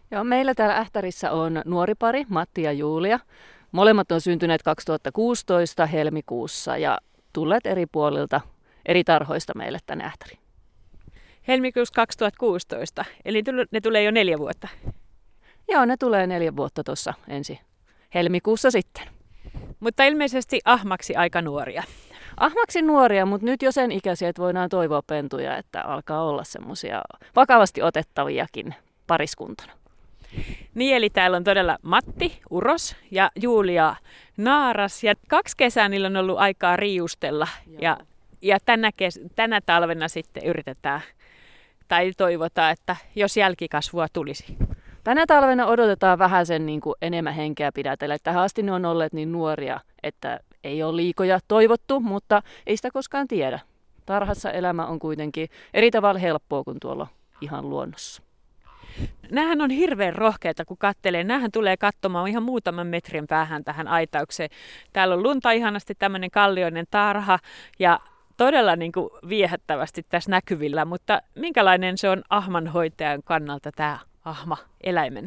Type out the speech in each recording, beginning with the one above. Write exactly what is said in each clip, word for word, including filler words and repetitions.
Joo, meillä täällä Ähtärissä on nuori pari, Matti ja Julia. Molemmat on syntyneet kaksituhattakuusitoista helmikuussa ja tulleet eri puolilta, eri tarhoista meille tänne Ähtäriin. Helmikuussa kaksituhattakuusitoista, eli ne tulee jo neljä vuotta. Joo, ne tulee neljä vuotta tuossa ensi helmikuussa sitten. Mutta ilmeisesti ahmaksi aika nuoria. Ahmaksi nuoria, mutta nyt jo sen ikäisiä, että voidaan toivoa pentuja, että alkaa olla semmoisia vakavasti otettaviakin pariskuntana. Niin, eli täällä on todella Matti Uros ja Julia Naaras. Ja kaksi kesää niillä on ollut aikaa riiustella. Ja, ja tänä, kes- tänä talvena sitten yritetään tai toivotaan, että jos jälkikasvua tulisi. Tänä talvena odotetaan vähän sen niin kuin enemmän henkeä pidätellä. Tähän asti ne on olleet niin nuoria, että ei ole liikoja toivottu, mutta ei sitä koskaan tiedä. Tarhassa elämä on kuitenkin eri tavalla helppoa kuin tuolla ihan luonnossa. Nämähän on hirveän rohkeita, kun katselee. Nämähän tulee katsomaan ihan muutaman metrin päähän tähän aitaukseen. Täällä on lunta ihanasti, tämmöinen kallioinen tarha ja todella niin kuin viehättävästi tässä näkyvillä. Mutta minkälainen se on ahmanhoitajan kannalta tämä ahma eläimenä?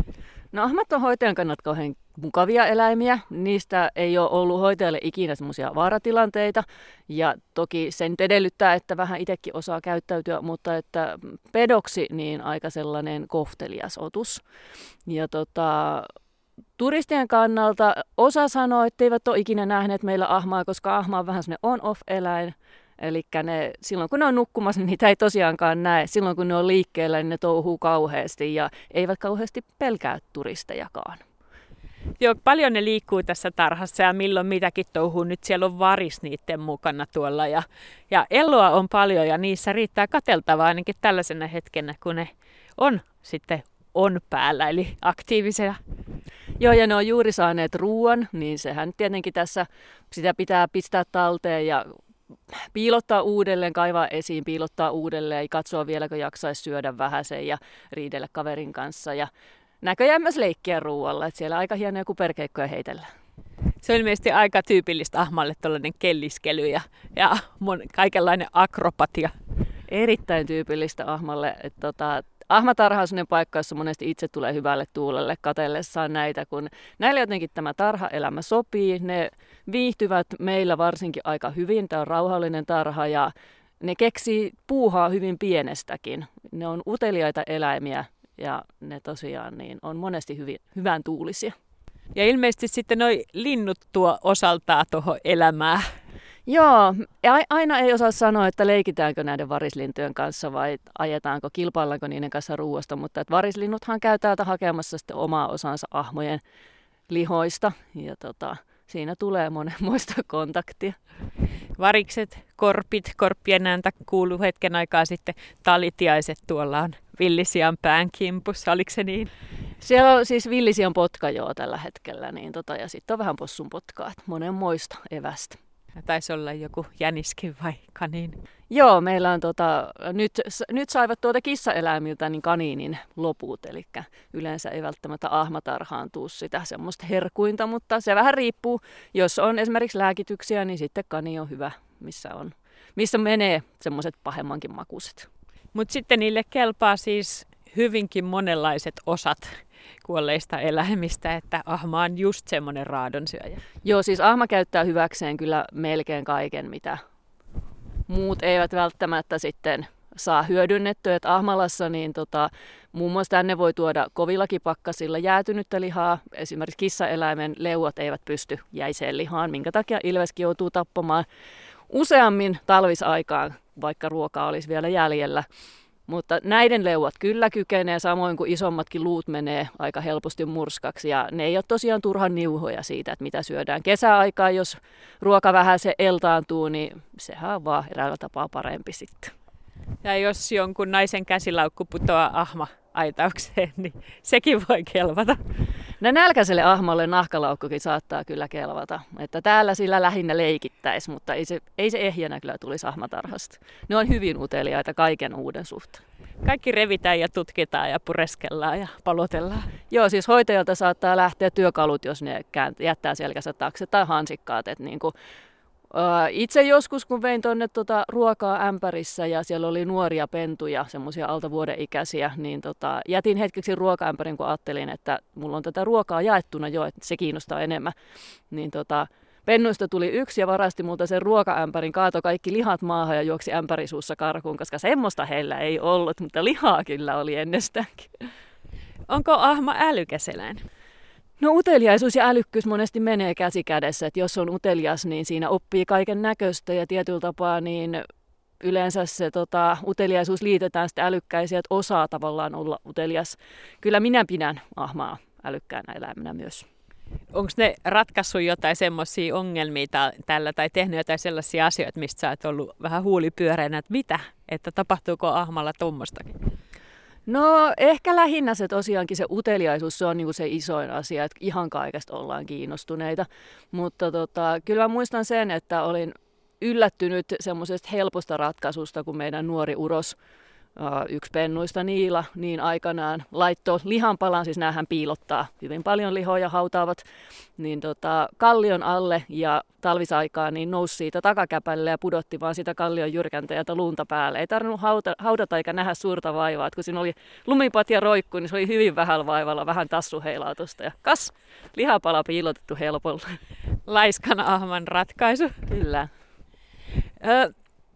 No ahmat on hoitajan kannalta kauhean mukavia eläimiä. Niistä ei ole ollut hoitajalle ikinä semmoisia vaaratilanteita. Ja toki se nyt edellyttää, että vähän itsekin osaa käyttäytyä, mutta että pedoksi niin aika sellainen kohtelias otus. Ja tota, turistien kannalta osa sanoo, että eivät ole ikinä nähneet meillä ahmaa, koska ahma on vähän semmoinen on-off-eläin. Eli ne, silloin kun ne on nukkumassa, niin niitä ei tosiaankaan näe. Silloin kun ne on liikkeellä, niin ne touhuu kauheasti ja eivät kauheasti pelkää turistejakaan. Joo, paljon ne liikkuu tässä tarhassa ja milloin mitäkin touhuu. Nyt siellä on varis niiden mukana tuolla ja, ja eloa on paljon ja niissä riittää katseltavaa ainakin tällaisena hetkenä, kun ne on sitten on päällä, eli aktiivisia. Joo, ja ne on juuri saaneet ruoan, niin sehän tietenkin tässä sitä pitää pistää talteen ja piilottaa uudelleen, kaivaa esiin, piilottaa uudelleen ja katsoa vieläkö jaksaisi syödä vähäsen ja riidellä kaverin kanssa. Ja näköjään myös leikkiä ruoalla, että siellä aika hienoja kuperkeikkoja heitellään. Se on ilmeisesti aika tyypillistä ahmalle tuollainen kelliskely ja, ja mon, kaikenlainen akrobatia. Erittäin tyypillistä ahmalle. Että tota, ahmatarha on sellainen paikka, jossa monesti itse tulee hyvälle tuulelle katsellessaan näitä, kun näillä jotenkin tämä tarhaelämä sopii. Ne viihtyvät meillä varsinkin aika hyvin. Tämä on rauhallinen tarha ja ne keksii puuhaa hyvin pienestäkin. Ne on uteliaita eläimiä ja ne tosiaan niin on monesti hyvin, hyvän tuulisia. Ja ilmeisesti sitten nuo linnut tuo osaltaan tuohon elämään. Joo, ja aina ei osaa sanoa, että leikitäänkö näiden varislintujen kanssa vai ajetaanko, kilpaillaanko niiden kanssa ruoasta, mutta että varislinnuthan käy täältä hakemassa sitten omaa osansa ahmojen lihoista ja tota, siinä tulee monenmoista kontaktia. Varikset, korpit, korppien ääntä kuuluu hetken aikaa sitten, talitiaiset tuolla on villisian pään kimpussa, oliko se niin? Siellä on siis villisian potka joo tällä hetkellä niin tota, ja sitten on vähän possun potkaa, monenmoista evästä. Taisi olla joku jäniskin vai kaniini? Joo, meillä on tota, nyt, nyt saivat tuolta kissaeläimiltä niin kaniinin loput, eli yleensä ei välttämättä ahmatarhaan tuu sitä semmoista herkuinta, mutta se vähän riippuu. Jos on esimerkiksi lääkityksiä, niin sitten kani on hyvä, missä, on, missä menee semmoiset pahemmankin makuiset. Mutta sitten niille kelpaa siis hyvinkin monenlaiset osat kuolleista eläimistä, että ahma on just semmoinen raadonsyöjä. Joo, siis ahma käyttää hyväkseen kyllä melkein kaiken, mitä muut eivät välttämättä sitten saa hyödynnettyä. Et ahmalassa niin tota, muun muassa tänne voi tuoda kovillakin pakkasilla jäätynyttä lihaa. Esimerkiksi kissaeläimen leuat eivät pysty jäiseen lihaan, minkä takia ilveskin joutuu tappamaan useammin talvisaikaan, vaikka ruokaa olisi vielä jäljellä. Mutta näiden leuat kyllä kykenee, samoin kuin isommatkin luut menee aika helposti murskaksi. Ja ne ei ole tosiaan turhan niuhoja siitä, että mitä syödään. Kesäaikaan, jos ruoka vähän se eltaantuu, niin sehän on vaan eräällä tapaa parempi sitten. Ja jos jonkun naisen käsilaukku putoaa ahma aitaukseen, niin sekin voi kelvata. No nälkäiselle ahmalle nahkalaukkukin saattaa kyllä kelvata. Että täällä sillä lähinnä leikittäisi, mutta ei se, ei se ehjänä kyllä tulisi ahmatarhasta. Ne on hyvin uteliaita kaiken uuden suhteen. Kaikki revitään ja tutkitaan ja pureskellaan ja palotellaan. Joo, siis hoitajalta saattaa lähteä työkalut, jos ne jättää selkänsä taakse tai hansikkaat. Että niin kuin Itse joskus, kun vein tuonne tota ruokaa ämpärissä ja siellä oli nuoria pentuja, semmoisia alta vuoden ikäisiä, niin tota, jätin hetkeksi ruokaämpärin, kun ajattelin, että mulla on tätä ruokaa jaettuna jo, että se kiinnostaa enemmän. Niin tota, pennuista tuli yksi ja varasti multa sen ruokaämpärin, kaatoi kaikki lihat maahan ja juoksi ämpärisuussa karkuun, koska semmoista heillä ei ollut, mutta lihaa kyllä oli ennestäänkin. Onko ahma älykäs eläin? No uteliaisuus ja älykkyys monesti menee käsi kädessä, että jos on utelias, niin siinä oppii kaiken näköistä ja tietyllä tapaa niin yleensä se tota, uteliaisuus liitetään sitten älykkäisiä, että osaa tavallaan olla utelias. Kyllä minä pidän ahmaa älykkäänä eläimenä myös. Onko ne ratkaissut jotain semmoisia ongelmia tällä tai tehnyt jotain sellaisia asioita, mistä sä oot ollut vähän huulipyöreänä, että mitä, että tapahtuuko ahmalla tuommoistakin? No ehkä lähinnä se tosiaankin se uteliaisuus, se on niinku se isoin asia, että ihan kaikesta ollaan kiinnostuneita. Mutta tota, kyllä mä muistan sen, että olin yllättynyt semmoisesta helposta ratkaisusta, kun meidän nuori uros, yksi pennuista Niila, niin aikanaan laittoi lihanpalan, siis näähän piilottaa hyvin paljon lihoja, hautaavat, niin tota, kallion alle ja talvisaikaan niin nousi siitä takakäpälle ja pudotti vaan sitä kallion jyrkäntäjältä lunta päälle. Ei tarvinnut hauta, haudata eikä nähdä suurta vaivaa, että kun siinä oli lumipatja roikku, niin se oli hyvin vähällä vaivalla, vähän tassuheilautusta ja kas, lihapala piilotettu helpolla. Laiskan ahman ratkaisu. Kyllä. Ö-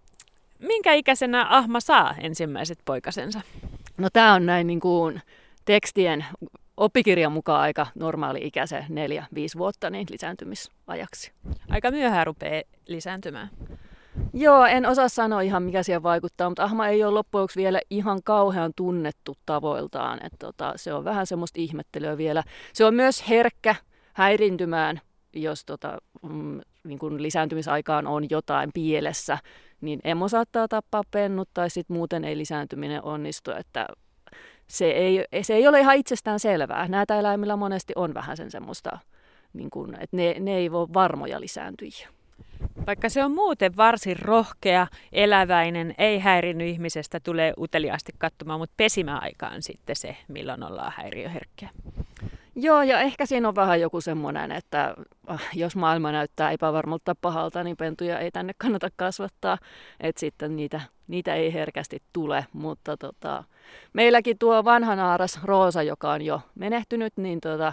Minkä ikäisenä ahma saa ensimmäiset poikasensa? No tämä on näin niin kuin tekstien oppikirjan mukaan aika normaali-ikäisen neljä viisi vuotta niin lisääntymisajaksi. Aika myöhään rupeaa lisääntymään. Joo, en osaa sanoa ihan mikä siihen vaikuttaa, mutta ahma ei ole loppujen lopuksi vielä ihan kauhean tunnettu tavoiltaan. Et tota, se on vähän semmoista ihmettelyä vielä. Se on myös herkkä häirintymään, jos tota, mm, niin kuin lisääntymisaikaan on jotain pielessä, niin emo saattaa tappaa pennut tai sitten muuten ei lisääntyminen onnistu, että se ei, se ei ole ihan itsestään selvää. Näitä eläimillä monesti on vähän sen semmoista, niin kuin, että ne, ne ei voi varmoja lisääntyjiä. Vaikka se on muuten varsin rohkea, eläväinen, ei häirinnyt ihmisestä, tulee uteliaasti katsomaan, mutta pesimäaika on sitten se, milloin ollaan häiriöherkkiä. Joo, ja ehkä siinä on vähän joku semmoinen, että jos maailma näyttää epävarmalta pahalta, niin pentuja ei tänne kannata kasvattaa, että sitten niitä, niitä ei herkästi tule. Mutta tota, meilläkin tuo vanha naaras Roosa, joka on jo menehtynyt, niin tota,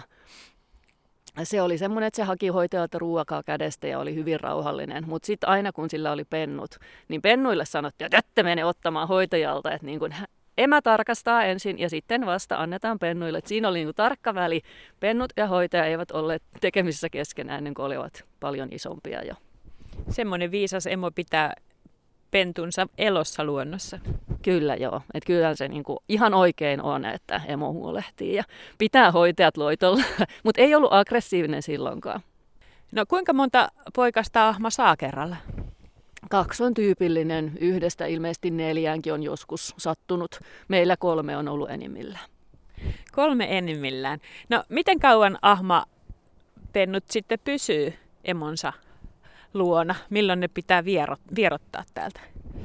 se oli semmoinen, että se haki hoitajalta ruokaa kädestä ja oli hyvin rauhallinen. Mutta sitten aina kun sillä oli pennut, niin pennuille sanottiin, että ette mene ottamaan hoitajalta, että niin kun emä tarkastaa ensin ja sitten vasta annetaan pennuille. Et siinä oli niinku tarkka väli. Pennut ja hoitaja eivät olleet tekemisissä keskenään ennen kuin olivat paljon isompia jo. Semmoinen viisas emo pitää pentunsa elossa luonnossa. Kyllä joo. Et kyllä se niinku ihan oikein on, että emo huolehtii ja pitää hoitajat loitolla. Mutta ei ollut aggressiivinen silloinkaan. No kuinka monta poikasta ahma saa kerralla? Kaksi on tyypillinen, yhdestä ilmeisesti neljäänkin on joskus sattunut. Meillä kolme on ollut enimmillään. Kolme enimmillään. No miten kauan ahma pennut sitten pysyy emonsa luona? Milloin ne pitää vierottaa täältä?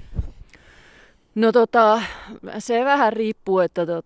No tota, se vähän riippuu, että tot,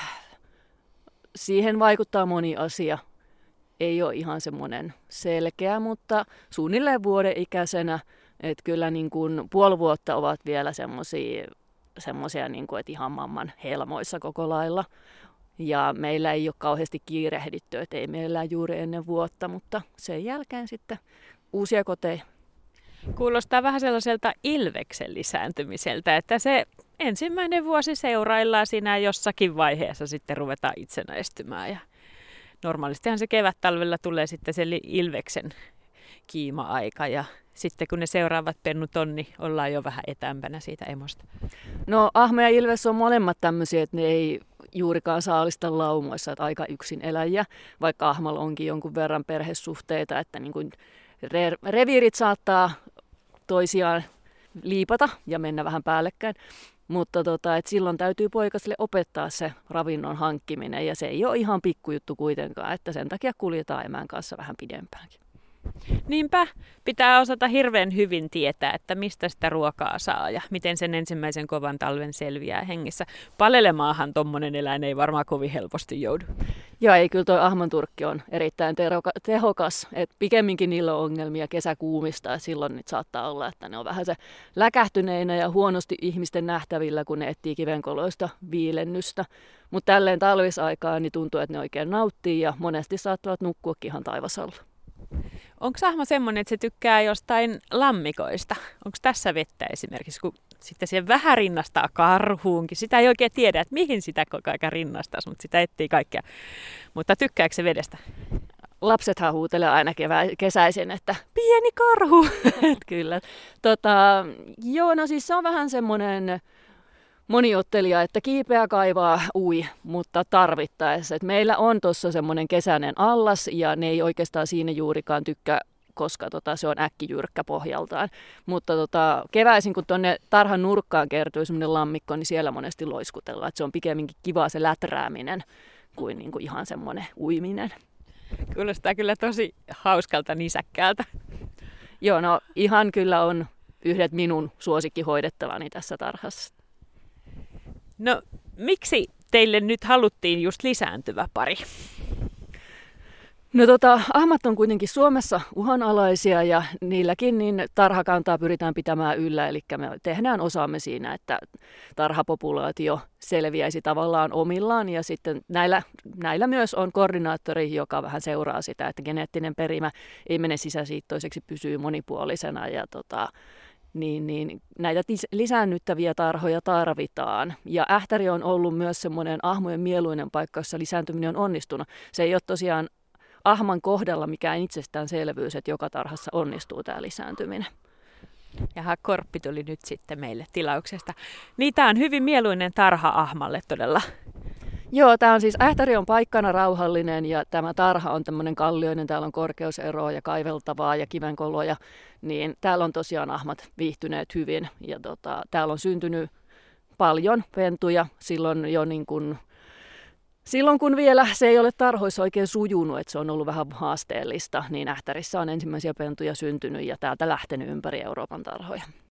siihen vaikuttaa moni asia. Ei ole ihan semmoinen selkeä, mutta suunnilleen vuoden ikäisenä. Että kyllä niin kuin puoli vuotta ovat vielä semmoisia, niin kuin, että ihan mamman helmoissa koko lailla. Ja meillä ei ole kauheasti kiirehditty, että ei meillä juuri ennen vuotta, mutta sen jälkeen sitten uusia koteja. Kuulostaa vähän sellaiselta ilveksen lisääntymiseltä, että se ensimmäinen vuosi seuraillaan siinä jossakin vaiheessa sitten ruvetaan itsenäistymään. Ja normaalistihan se kevät-talvella tulee sitten se ilveksen kiima-aika ja sitten kun ne seuraavat pennut on, niin ollaan jo vähän etäämpänä siitä emosta. No ahma ja ilves on molemmat tämmöisiä, että ne ei juurikaan saalista laumoissa, että aika yksin eläjiä, vaikka ahmalla onkin jonkun verran perhesuhteita, että niin kuin re- reviirit saattaa toisiaan liipata ja mennä vähän päällekkäin. Mutta tota, et silloin täytyy poikaselle opettaa se ravinnon hankkiminen ja se ei ole ihan pikkujuttu kuitenkaan, että sen takia kuljetaan emän kanssa vähän pidempäänkin. Niinpä, pitää osata hirveän hyvin tietää, että mistä sitä ruokaa saa ja miten sen ensimmäisen kovan talven selviää hengissä. Palelemaahan tommonen eläin ei varmaan kovin helposti joudu. Joo, ei kyllä toi ahmanturkki on erittäin teroka- tehokas. Et pikemminkin niillä on ongelmia kesäkuumista ja silloin nyt saattaa olla, että ne on vähän se läkähtyneinä ja huonosti ihmisten nähtävillä, kun ne etsii kivenkoloista viilennystä. Mutta tälleen talvisaikaan niin tuntuu, että ne oikein nauttii ja monesti saattavat nukkuakin ihan taivasalla. Onko ahma semmoinen, että se tykkää jostain lammikoista? Onko tässä vettä esimerkiksi, kun sitten siihen vähän rinnastaa karhuunkin? Sitä ei oikein tiedä, että mihin sitä koko ajan rinnastaisi, mutta sitä etsii kaikkea. Mutta tykkääkö se vedestä? Lapsethan huutelee aina kevä- kesäisin, että pieni karhu. Kyllä. Tota, joo, no siis se on vähän semmoinen moniottelija, että kiipeä, kaivaa, ui, mutta tarvittaessa. Et meillä on tuossa semmoinen kesäinen allas ja ne ei oikeastaan siinä juurikaan tykkää, koska tota, se on äkkijyrkkä pohjaltaan. Mutta tota, keväisin, kun tuonne tarhan nurkkaan kertyy semmoinen lammikko, niin siellä monesti loiskutellaan. Et se on pikemminkin kivaa se läträäminen kuin niinku ihan semmoinen uiminen. Kuulostaa kyllä tosi hauskalta nisäkkäältä. Joo, no ihan kyllä on yhdet minun suosikkihoidettavani tässä tarhassa. No, miksi teille nyt haluttiin just lisääntyvä pari? No tota, ahmat on kuitenkin Suomessa uhanalaisia ja niilläkin niin tarhakantaa pyritään pitämään yllä, eli me tehdään osaamme siinä, että tarhapopulaatio selviäisi tavallaan omillaan ja sitten näillä, näillä myös on koordinaattori, joka vähän seuraa sitä, että geneettinen perimä ei mene sisäsiittoiseksi, pysyy monipuolisena ja tota, Niin, niin näitä lisäännyttäviä tarhoja tarvitaan. Ja Ähtäri on ollut myös semmoinen ahmojen mieluinen paikka, jossa lisääntyminen on onnistunut. Se ei ole tosiaan ahman kohdalla mikään itsestäänselvyys, että joka tarhassa onnistuu tämä lisääntyminen. Jaha, korppi tuli nyt sitten meille tilauksesta. Niitä on hyvin mieluinen tarha ahmalle todella. Joo, tämä on siis, Ähtäri on paikkana rauhallinen ja tämä tarha on tämmöinen kallioinen, täällä on korkeuseroa ja kaiveltavaa ja kivenkoloja, niin täällä on tosiaan ahmat viihtyneet hyvin ja tota, täällä on syntynyt paljon pentuja silloin jo niin kuin, silloin kun vielä se ei ole tarhoissa oikein sujunut, että se on ollut vähän haasteellista, niin Ähtärissä on ensimmäisiä pentuja syntynyt ja täältä lähtenyt ympäri Euroopan tarhoja.